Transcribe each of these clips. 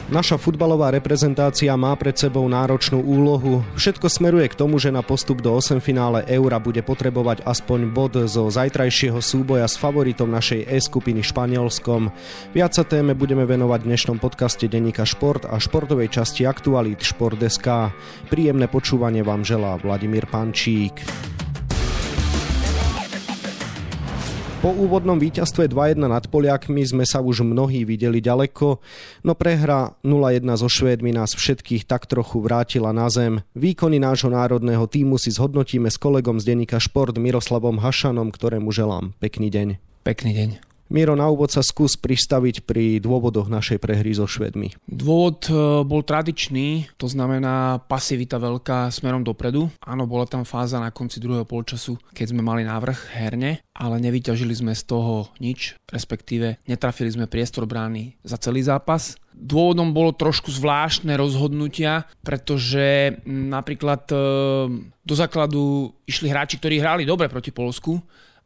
Naša futbalová reprezentácia má pred sebou náročnú úlohu. Všetko smeruje k tomu, že na postup do 8-finále Eura bude potrebovať aspoň bod zo zajtrajšieho súboja s favoritom našej E skupiny Španielskom. Viac sa téme budeme venovať v dnešnom podcaste denníka Šport a športovej časti aktualít Šport.sk. Príjemné počúvanie vám želá Vladimír Pančík. Po úvodnom víťazstve 2-1 nad Poliakmi sme sa už mnohí videli ďaleko, no prehra 0-1 so Švédmi nás všetkých tak trochu vrátila na zem. Výkony nášho národného tímu si zhodnotíme s kolegom z denníka Šport Miroslavom Hašanom, ktorému želám pekný deň. Pekný deň. Miro, na úvod sa skús pristaviť pri dôvodoch našej prehry so Švédmi. Dôvod bol tradičný, to znamená pasivita veľká smerom dopredu. Áno, bola tam fáza na konci druhého polčasu, keď sme mali návrh herne, ale nevyťažili sme z toho nič, respektíve netrafili sme priestor brány za celý zápas. Dôvodom bolo trošku zvláštne rozhodnutia, pretože napríklad do základu išli hráči, ktorí hrali dobre proti Poľsku,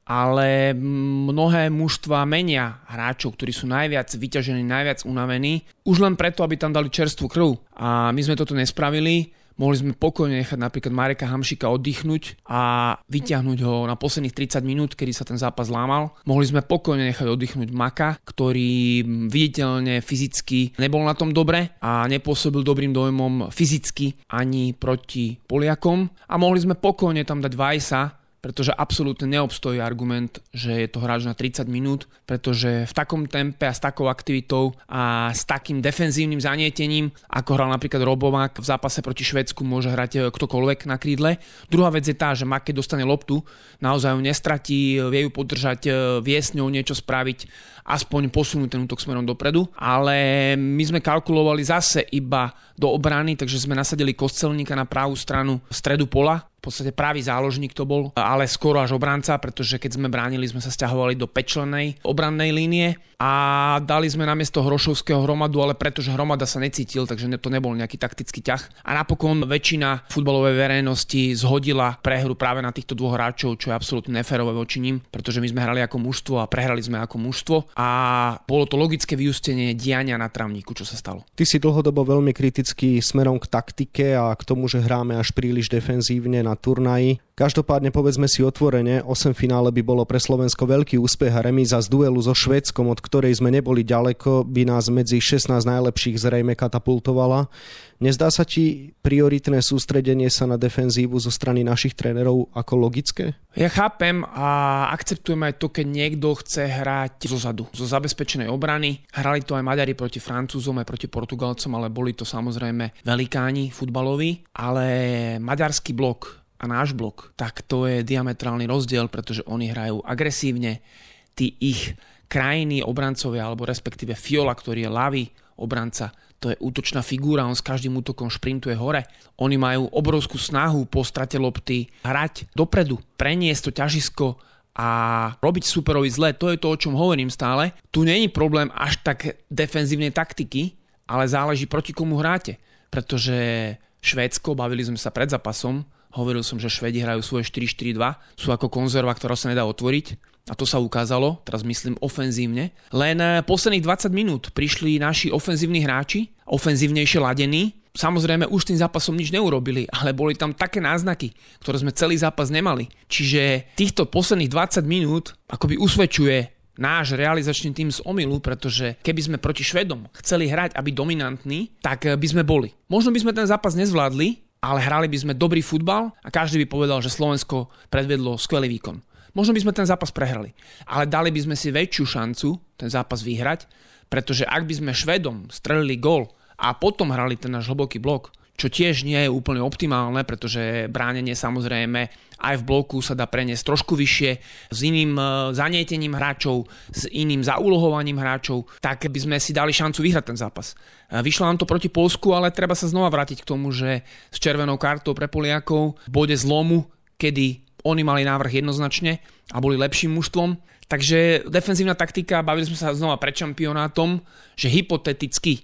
ale mnohé mužstva menia hráčov, ktorí sú najviac vyťažení, najviac unavení, už len preto, aby tam dali čerstvú krv. A my sme toto nespravili. Mohli sme pokojne nechať napríklad Mareka Hamšika oddychnúť a vyťahnuť ho na posledných 30 minút, kedy sa ten zápas lámal. Mohli sme pokojne nechať oddychnúť Maka, ktorý viditeľne fyzicky nebol na tom dobre a nepôsobil dobrým dojmom fyzicky ani proti Poliakom. A mohli sme pokojne tam dať Vajsa, pretože absolútne neobstojí argument, že je to hráč na 30 minút, pretože v takom tempe a s takou aktivitou a s takým defenzívnym zanietením, ako hral napríklad Robomák v zápase proti Švédsku, môže hrať ktokoľvek na krídle. Druhá vec je tá, že Mak, keď dostane loptu, naozaj ju nestratí, vie ju podržať, vie s ňou niečo spraviť, aspoň posunúť ten útok smerom dopredu. Ale my sme kalkulovali zase iba do obrany, takže sme nasadili Kostelníka na pravú stranu stredu pola. V podstate pravý záložník to bol, ale skoro až obranca, pretože keď sme bránili, sme sa sťahovali do päťčlennej obrannej línie a dali sme namiesto Hrošovského Hromadu, ale pretože Hromada sa necítil, takže to nebol nejaký taktický ťah. A napokon väčšina futbalovej verejnosti zhodila prehru práve na týchto dvoch hráčov, čo je absolútne neférové voči nim, pretože my sme hrali ako mužstvo a prehrali sme ako mužstvo a bolo to logické vyústenie diania na trávniku, čo sa stalo. Ty si dlhodobo veľmi kritický smerom k taktike a k tomu, že hráme až príliš defenzívne na turnaji. Každopádne povedzme si otvorene, 8 finále by bolo pre Slovensko veľký úspech a remíza z duelu so Švédskom, od ktorej sme neboli ďaleko, by nás medzi 16 najlepších zrejme katapultovala. Nezdá sa ti prioritné sústredenie sa na defenzívu zo strany našich trénerov ako logické? Ja chápem a akceptujem aj to, keď niekto chce hrať zozadu, zo zabezpečenej obrany. Hrali to aj Maďari proti Francúzom, aj proti Portugalcom, ale boli to samozrejme velikáni futbaloví. Ale maďarský blok a náš blok, tak to je diametrálny rozdiel, pretože oni hrajú agresívne. Tí ich krajní obrancovia, alebo respektíve Fiola, ktorý je ľavý obranca, to je útočná figúra, on s každým útokom šprintuje hore. Oni majú obrovskú snahu po strate lopty hrať dopredu, preniesť to ťažisko a robiť superovi zle. To je to, o čom hovorím stále. Tu nie je problém až tak defenzívnej taktiky, ale záleží proti komu hráte. Pretože Švédsko, bavili sme sa pred zápasom, hovoril som, že Švédi hrajú svoje 4-4-2, sú ako konzerva, ktorá sa nedá otvoriť. A to sa ukázalo, teraz myslím ofenzívne. Len posledných 20 minút prišli naši ofenzívni hráči, ofenzívnejšie ladení. Samozrejme už tým zápasom nič neurobili, ale boli tam také náznaky, ktoré sme celý zápas nemali. Čiže týchto posledných 20 minút akoby usvedčuje náš realizačný tým z omylu, pretože keby sme proti Švédom chceli hrať a byť dominantní, tak by sme boli. Možno by sme ten zápas nezvládli, ale hrali by sme dobrý futbal a každý by povedal, že Slovensko predvedlo skvelý výkon. Možno by sme ten zápas prehrali, ale dali by sme si väčšiu šancu ten zápas vyhrať, pretože ak by sme Švédom strelili gól a potom hrali ten náš hlboký blok, čo tiež nie je úplne optimálne, pretože bránenie samozrejme aj v bloku sa dá preniesť trošku vyššie, s iným zanietením hráčov, s iným zaúlohovaním hráčov, tak by sme si dali šancu vyhrať ten zápas. Vyšlo nám to proti Poľsku, ale treba sa znova vrátiť k tomu, že s červenou kartou pre Poliakov v bode zlomu, kedy oni mali návrh jednoznačne a boli lepším mužstvom. Takže defenzívna taktika, bavili sme sa znova pred šampionátom, že hypoteticky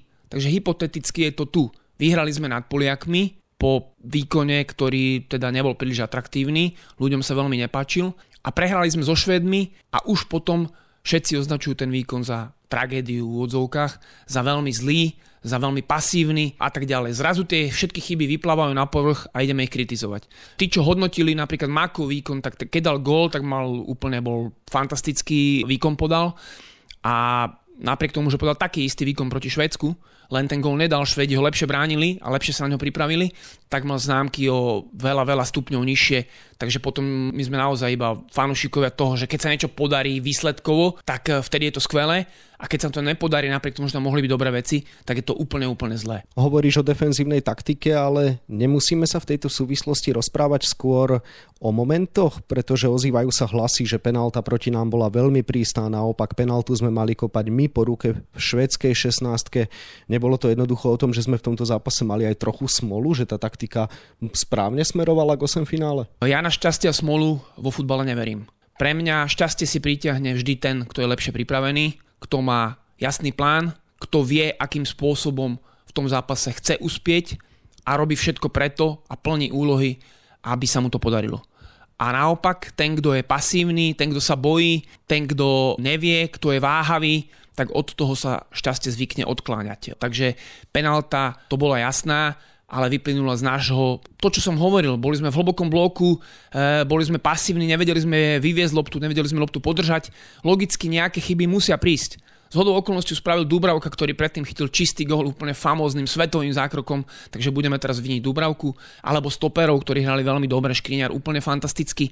je to tu. Vyhrali sme nad Poliakmi po výkone, ktorý teda nebol príliš atraktívny, ľuďom sa veľmi nepáčil a prehrali sme so Švédmi a už potom všetci označujú ten výkon za tragédiu v odzovkách, za veľmi zlý, za veľmi pasívny a tak ďalej. Zrazu tie všetky chyby vyplávajú na povrch a ideme ich kritizovať. Tí, čo hodnotili napríklad Makov výkon, tak keď dal gól, tak bol fantastický výkon podal a napriek tomu, že podal taký istý výkon proti Švédsku, len ten gól nedal, Švédi ho lepšie bránili a lepšie sa na ňo pripravili, tak mal známky o veľa stupňov nižšie, takže potom my sme naozaj iba fanúšikovia toho, že keď sa niečo podarí výsledkovo, tak vtedy je to skvelé a keď sa to nepodarí, napriek tomu, že tam mohli byť dobré veci, tak je to úplne zlé. Hovoríš o defenzívnej taktike, ale nemusíme sa v tejto súvislosti rozprávať skôr o momentoch, pretože ozývajú sa hlasy, že penálta proti nám bola veľmi prísna, naopak penáltu sme mali kopať my po ruke v švédskej 16-ke. Nebolo to jednoducho o tom, že sme v tomto zápase mali aj trochu smolu, že tá taktika správne smerovala k 8 finále? Ja na šťastie a smolu vo futbale neverím. Pre mňa šťastie si pritiahne vždy ten, kto je lepšie pripravený, kto má jasný plán, kto vie, akým spôsobom v tom zápase chce uspieť a robí všetko preto a plní úlohy, aby sa mu to podarilo. A naopak, ten, kto je pasívny, ten, kto sa bojí, ten, kto nevie, kto je váhavý, tak od toho sa šťastie zvykne odkláňať. Takže penálta to bola jasná, ale vyplynula z nášho, to čo som hovoril, boli sme v hlbokom bloku, boli sme pasívni, nevedeli sme vyviesť loptu, nevedeli sme loptu podržať. Logicky nejaké chyby musia prísť. Zhodou okolností spravil Dúbravka, ktorý predtým chytil čistý gól úplne famóznym svetovým zákrokom, takže budeme teraz viniť Dúbravku, alebo stoperov, ktorí hrali veľmi dobre, Škriňar úplne fantasticky,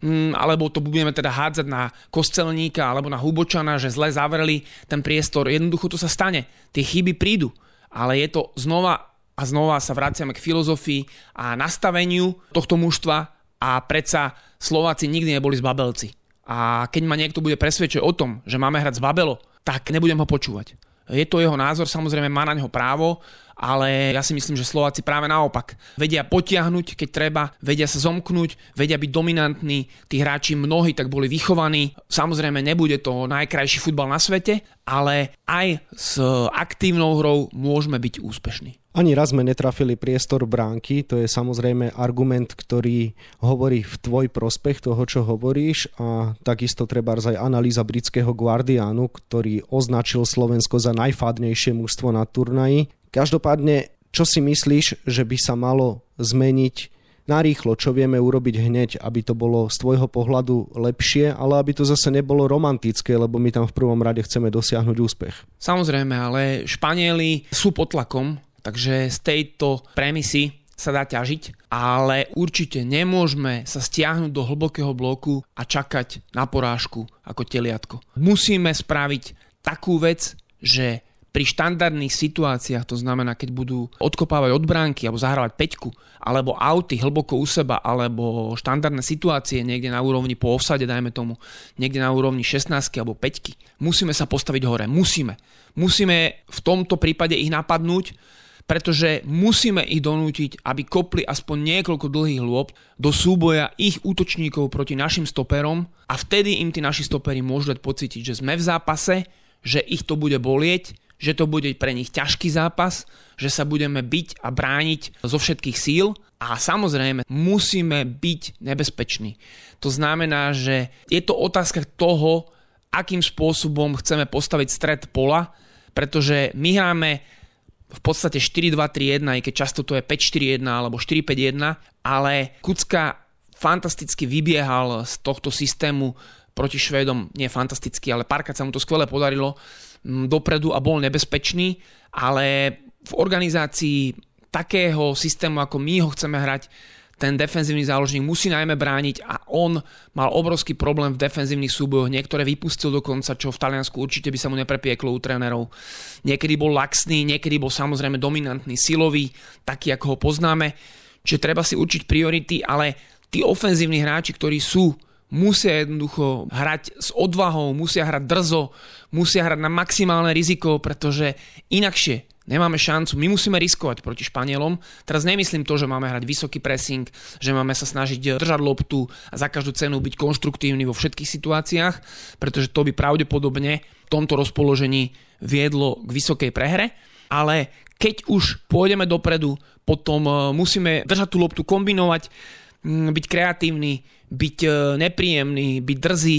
alebo to budeme teda hádzať na Kostelníka alebo na Hubočana, že zle zavreli ten priestor. Jednoducho to sa stane, tie chyby prídu, ale je to znova sa vraciame k filozofii a nastaveniu tohto mužstva a predsa Slováci nikdy neboli zbabelci. A keď ma niekto bude presvedčať o tom, že máme hrať zbabelo, tak nebudem ho počúvať. Je to jeho názor, samozrejme má na ňo právo, ale ja si myslím, že Slováci práve naopak vedia potiahnuť, keď treba, vedia sa zomknúť, vedia byť dominantní, tí hráči mnohí tak boli vychovaní. Samozrejme nebude to najkrajší futbal na svete, ale aj s aktívnou hrou môžeme byť úspešní. Ani raz sme netrafili priestor bránky, to je samozrejme argument, ktorý hovorí v tvoj prospech toho, čo hovoríš, a takisto treba aj analýza britského Guardianu, ktorý označil Slovensko za najfádnejšie mužstvo na turnaji. Každopádne, čo si myslíš, že by sa malo zmeniť narýchlo, čo vieme urobiť hneď, aby to bolo z tvojho pohľadu lepšie, ale aby to zase nebolo romantické, lebo my tam v prvom rade chceme dosiahnuť úspech? Samozrejme, ale Španieli sú pod tlakom, takže z tejto premisy sa dá ťažiť, ale určite nemôžeme sa stiahnuť do hlbokého bloku a čakať na porážku ako teliatko. Musíme spraviť takú vec, že pri štandardných situáciách, to znamená, keď budú odkopávať od bránky alebo zahrávať peťku, alebo auty hlboko u seba, alebo štandardné situácie niekde na úrovni po offside, dajme tomu, niekde na úrovni 16 alebo 5, musíme sa postaviť hore. Musíme v tomto prípade ich napadnúť, pretože musíme ich donútiť, aby kopli aspoň niekoľko dlhých lôb do súboja ich útočníkov proti našim stoperom a vtedy im tí naši stoperi môžu dať pocítiť, že sme v zápase, že ich to bude bolieť, že to bude pre nich ťažký zápas, že sa budeme biť a brániť zo všetkých síl a samozrejme musíme byť nebezpeční. To znamená, že je to otázka toho, akým spôsobom chceme postaviť stred pola, pretože my hráme v podstate 4-2-3-1, aj keď často to je 5-4-1 alebo 4-5-1, ale Kucka fantasticky vybiehal z tohto systému proti Švédom, nie fantasticky, ale párkrát sa mu to skvele podarilo dopredu a bol nebezpečný, ale v organizácii takého systému, ako my ho chceme hrať, ten defenzívny záložník musí najmä brániť a on mal obrovský problém v defenzívnych súbojoch. Niektoré vypustil dokonca, čo v Taliansku určite by sa mu neprepieklo u trénerov. Niekedy bol laxný, niekedy bol samozrejme dominantný, silový, taký ako ho poznáme. Čiže treba si určiť priority, ale tí ofenzívni hráči, ktorí sú, musia jednoducho hrať s odvahou, musia hrať drzo, musia hrať na maximálne riziko, pretože inakšie nemáme šancu. My musíme riskovať proti Španielom. Teraz nemyslím to, že máme hrať vysoký pressing, že máme sa snažiť držať loptu a za každú cenu byť konštruktívny vo všetkých situáciách, pretože to by pravdepodobne v tomto rozpoložení viedlo k vysokej prehre. Ale keď už pôjdeme dopredu, potom musíme držať tú loptu, kombinovať, byť kreatívny, byť nepríjemný, byť drzý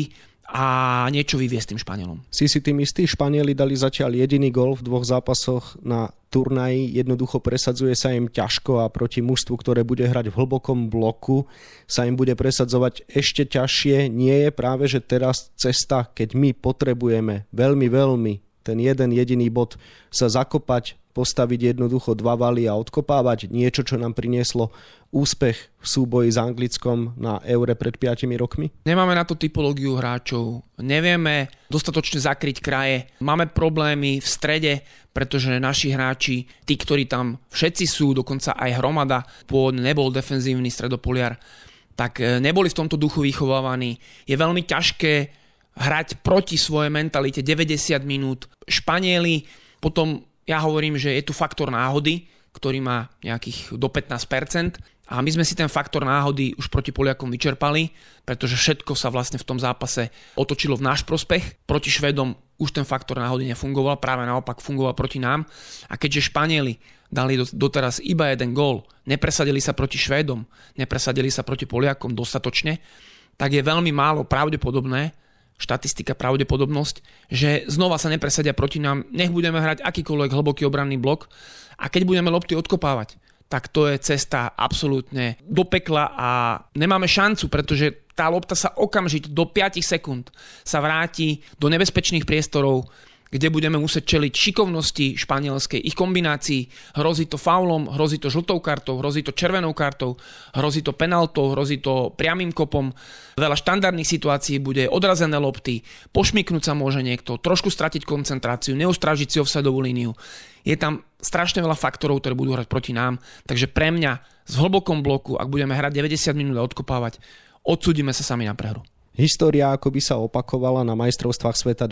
a niečo vyviesť tým Španielom. Si tým istý? Španieli dali zatiaľ jediný gól v 2 zápasoch na turnaji, jednoducho presadzuje sa im ťažko a proti mužstvu, ktoré bude hrať v hlbokom bloku, sa im bude presadzovať ešte ťažšie. Nie je práve, že teraz cesta, keď my potrebujeme veľmi ten jeden jediný bod sa zakopať, postaviť jednoducho 2 valy a odkopávať niečo, čo nám prinieslo úspech v súboji s Anglickom na Eure pred 5 rokmi? Nemáme na to typológiu hráčov, nevieme dostatočne zakryť kraje, máme problémy v strede, pretože naši hráči, tí, ktorí tam všetci sú, dokonca aj Hromada, pôvodne nebol defenzívny stredopoliar, tak neboli v tomto duchu vychovávaní. Je veľmi ťažké hrať proti svojej mentalite 90 minút. Španieli potom, ja hovorím, že je tu faktor náhody, ktorý má nejakých do 15%. A my sme si ten faktor náhody už proti Poliakom vyčerpali, pretože všetko sa vlastne v tom zápase otočilo v náš prospech. Proti Švédom už ten faktor náhody nefungoval, práve naopak fungoval proti nám. A keďže Španieli dali doteraz iba 1 gól, nepresadili sa proti Švédom, nepresadili sa proti Poliakom dostatočne, tak je veľmi málo pravdepodobné, štatistika pravdepodobnosť, že znova sa nepresadia proti nám, nech budeme hrať akýkoľvek hlboký obranný blok a keď budeme lopty odkopávať, tak to je cesta absolútne do pekla a nemáme šancu, pretože tá lopta sa okamžite do 5 sekúnd sa vráti do nebezpečných priestorov, kde budeme musieť čeliť šikovnosti španielskej, ich kombinácií. Hrozí to faulom, hrozí to žltou kartou, hrozí to červenou kartou, hrozí to penaltou, hrozí to priamym kopom. Veľa štandardných situácií bude odrazené lopty, pošmyknúť sa môže niekto, trošku stratiť koncentráciu, neustrážiť si offsideovú líniu. Je tam strašne veľa faktorov, ktoré budú hrať proti nám, takže pre mňa v hlbokom bloku, ak budeme hrať 90 minút a odkopávať, odsúdime sa sami na prehru. História ako by sa opakovala. Na majstrovstvách sveta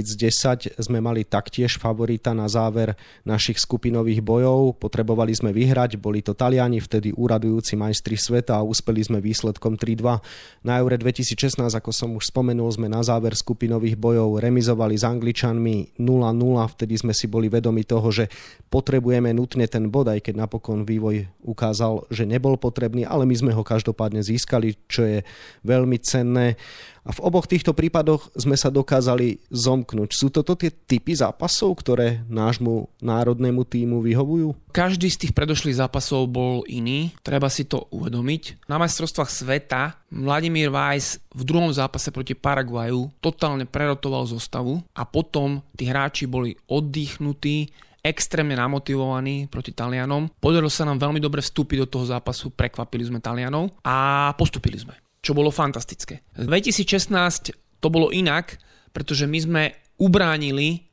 2010 sme mali taktiež favorita na záver našich skupinových bojov. Potrebovali sme vyhrať, boli to Taliani, vtedy úradujúci majstri sveta a uspeli sme výsledkom 3-2. Na Eure 2016, ako som už spomenul, sme na záver skupinových bojov remizovali s Angličanmi 0-0. Vtedy sme si boli vedomi toho, že potrebujeme nutne ten bod, aj keď napokon vývoj ukázal, že nebol potrebný, ale my sme ho každopádne získali, čo je veľmi cenné. A v oboch týchto prípadoch sme sa dokázali zomknúť. Sú toto tie typy zápasov, ktoré nášmu národnému tímu vyhovujú? Každý z tých predošlých zápasov bol iný, treba si to uvedomiť. Na majstrovstvách sveta Vladimír Weiss v druhom zápase proti Paraguaju totálne prerotoval zostavu a potom tí hráči boli oddychnutí, extrémne namotivovaní proti Talianom. Podarilo sa nám veľmi dobre vstúpiť do toho zápasu, prekvapili sme Talianov a postúpili sme, čo bolo fantastické. V 2016 to bolo inak, pretože my sme ubránili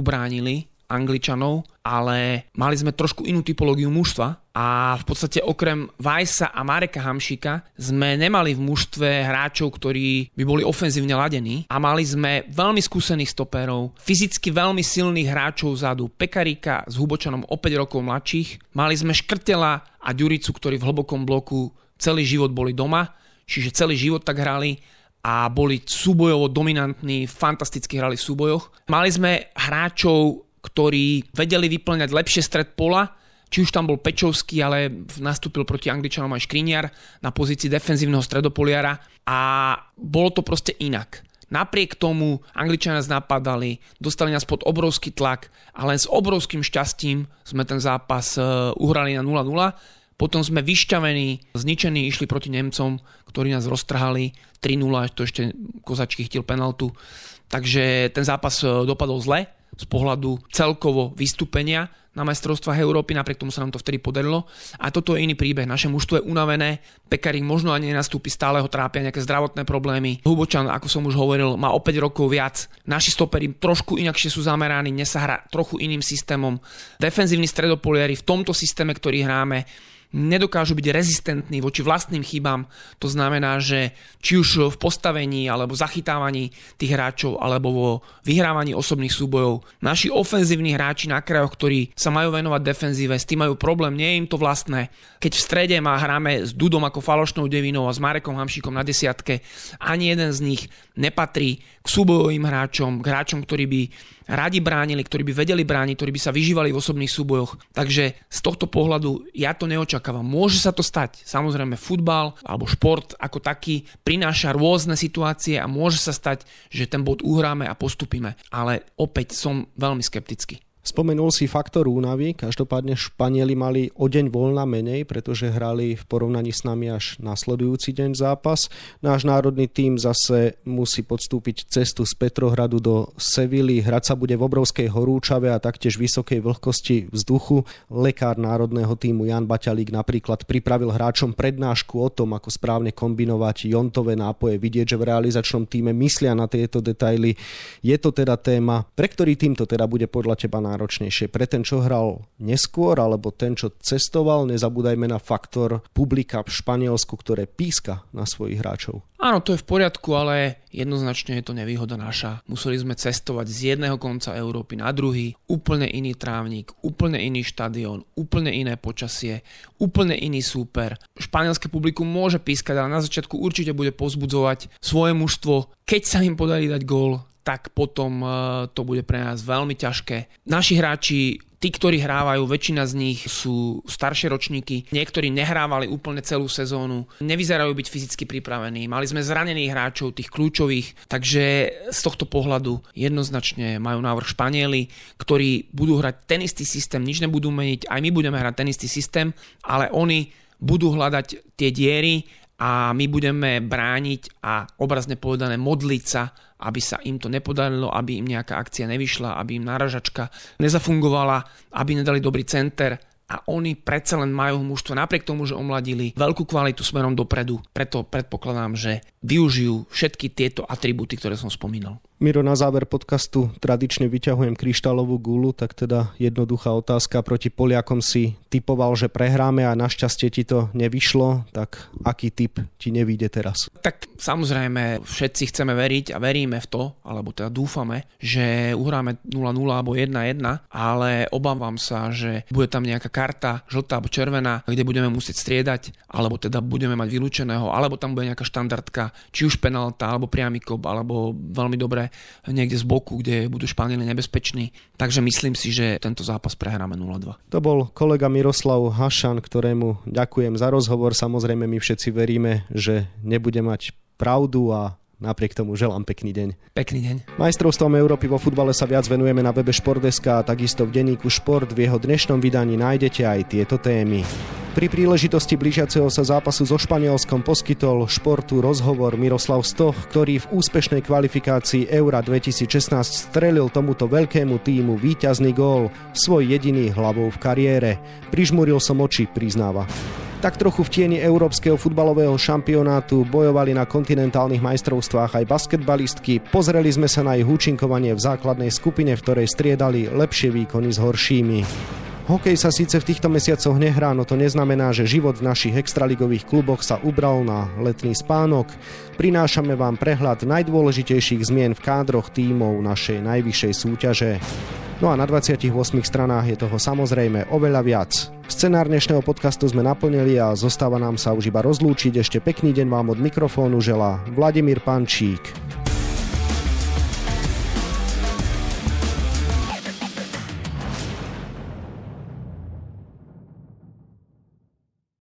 Angličanov, ale mali sme trošku inú typológiu mužstva a v podstate okrem Weissa a Mareka Hamšíka sme nemali v mužstve hráčov, ktorí by boli ofenzívne ladení a mali sme veľmi skúsených stopérov, fyzicky veľmi silných hráčov vzadu, Pekaríka s Hubočanom o 5 rokov mladších, mali sme Škrtela a Ďuricu, ktorí v hlbokom bloku celý život boli doma, čiže celý život tak hrali a boli súbojovo dominantní, fantasticky hrali v súbojoch. Mali sme hráčov, ktorí vedeli vyplňať lepšie stred pola, či už tam bol Pečovský, ale nastúpil proti Angličanom aj Škriňar na pozícii defenzívneho stredopoliara a bolo to proste inak. Napriek tomu Angličania nás napadali, dostali nás pod obrovský tlak a len s obrovským šťastím sme ten zápas uhrali na 0-0. Potom sme vyšťavení, zničení išli proti Nemcom, ktorí nás roztrhali 3-0, to ešte Kozačky chytil penaltu. Takže ten zápas dopadol zle z pohľadu celkovo vystúpenia na majstrovstvách Európy, napriek tomu sa nám to vtedy podarilo. A toto je iný príbeh. Naše mužstvo je unavené, Pekarík možno ani nenastúpi, stále ho trápia nejaké zdravotné problémy. Hubočan, ako som už hovoril, má o 5 rokov viac. Naši stoperi trošku inakšie sú zameraní, dnes sa hrá trochu iným systémom. Defenzívni stredopoliari v tomto systéme, ktorý hráme, nedokážu byť rezistentní voči vlastným chybám. To znamená, že či už v postavení alebo zachytávaní tých hráčov alebo vo vyhrávaní osobných súbojov. Naši ofenzívni hráči na krajoch, ktorí sa majú venovať defenzíve, s tým majú problém, nie je im to vlastné. Keď v strede hráme s Dudom ako falošnou devinou a s Marekom Hamšíkom na desiatke, ani jeden z nich nepatrí k súbojovým hráčom, k hráčom, ktorí by radi bránili, ktorí by vedeli brániť, ktorí by sa vyžívali v osobných súbojoch. Takže z tohto pohľadu ja to neočakávam. Môže sa to stať. Samozrejme futbal alebo šport ako taký prináša rôzne situácie a môže sa stať, že ten bod uhráme a postupíme. Ale opäť som veľmi skeptický. Spomenul si faktor únavy, každopádne Španieli mali o deň voľna menej, pretože hrali v porovnaní s nami až nasledujúci deň zápas. Náš národný tím zase musí podstúpiť cestu z Petrohradu do Sevilly, hrať sa bude v obrovskej horúčave a taktiež vysokej vlhkosti vzduchu. Lekár národného tímu Jan Baťalík napríklad pripravil hráčom prednášku o tom, ako správne kombinovať jontové nápoje, vidieť, že v realizačnom tíme myslia na tieto detaily. Je to teda téma, pre ktorý tým to teda bude podľa teba náročnejšie? Pre ten, čo hral neskôr, alebo ten, čo cestoval? Nezabúdajme na faktor publika v Španielsku, ktoré píska na svojich hráčov. Áno, to je v poriadku, ale jednoznačne je to nevýhoda naša. Museli sme cestovať z jedného konca Európy na druhý, úplne iný trávnik, úplne iný štadión, úplne iné počasie, úplne iný súper. Španielské publikum môže pískať, ale na začiatku určite bude povzbudzovať svoje mužstvo. Keď sa im podarí dať gól, tak potom to bude pre nás veľmi ťažké. Naši hráči, tí, ktorí hrávajú, väčšina z nich sú staršie ročníky, niektorí nehrávali úplne celú sezónu, nevyzerajú byť fyzicky pripravení, mali sme zranených hráčov, tých kľúčových, takže z tohto pohľadu jednoznačne majú návrh Španieli, ktorí budú hrať ten istý systém, nič nebudú meniť, aj my budeme hrať ten istý systém, ale oni budú hľadať tie diery a my budeme brániť a obrazne povedané modliť sa, aby sa im to nepodarilo, aby im nejaká akcia nevyšla, aby im náražačka nezafungovala, aby nedali dobrý center. A oni predsa len majú mužstvo, napriek tomu, že omladili veľkú kvalitu smerom dopredu. Preto predpokladám, že využijú všetky tieto atribúty, ktoré som spomínal. Miro, na záver podcastu tradične vyťahujem kryštálovú gulu, tak teda jednoduchá otázka. Proti Poliakom si tipoval, že prehráme a našťastie ti to nevyšlo, tak aký tip ti nevyjde teraz? Tak samozrejme všetci chceme veriť a veríme v to, alebo teda dúfame, že uhráme 0-0 alebo 1-1, ale obávam sa, že bude tam nejaká karta, žltá alebo červená, kde budeme musieť striedať, alebo teda budeme mať vylúčeného, alebo tam bude nejaká štandardka, či už penálta, alebo priamy kop, alebo veľmi dobré niekde z boku, kde budú Španieli nebezpeční. Takže myslím si, že tento zápas prehráme 0-2. To bol kolega Miroslav Hašan, ktorému ďakujem za rozhovor. Samozrejme my všetci veríme, že nebude mať pravdu a napriek tomu želám pekný deň. Pekný deň. Majstrovstvom Európy vo futbale sa viac venujeme na webe Šport.sk a takisto v denníku Šport. V jeho dnešnom vydaní nájdete aj tieto témy. Pri príležitosti blížiaceho sa zápasu so Španielskom poskytol Športu rozhovor Miroslav Stoch, ktorý v úspešnej kvalifikácii Eura 2016 strelil tomuto veľkému tímu víťazný gól, svoj jediný hlavou v kariére. Prižmúril som oči, priznáva. Tak trochu v tieni európskeho futbalového šampionátu bojovali na kontinentálnych majstrovstvách aj basketbalistky. Pozreli sme sa na ich účinkovanie v základnej skupine, v ktorej striedali lepšie výkony s horšími. Hokej sa síce v týchto mesiacoch nehrá, no to neznamená, že život v našich extraligových kluboch sa ubral na letný spánok. Prinášame vám prehľad najdôležitejších zmien v kádroch tímov našej najvyššej súťaže. No a na 28 stranách je toho samozrejme oveľa viac. Scenár dnešného podcastu sme naplnili a zostáva nám sa už iba rozlúčiť. Ešte pekný deň vám od mikrofónu želá Vladimír Pančík.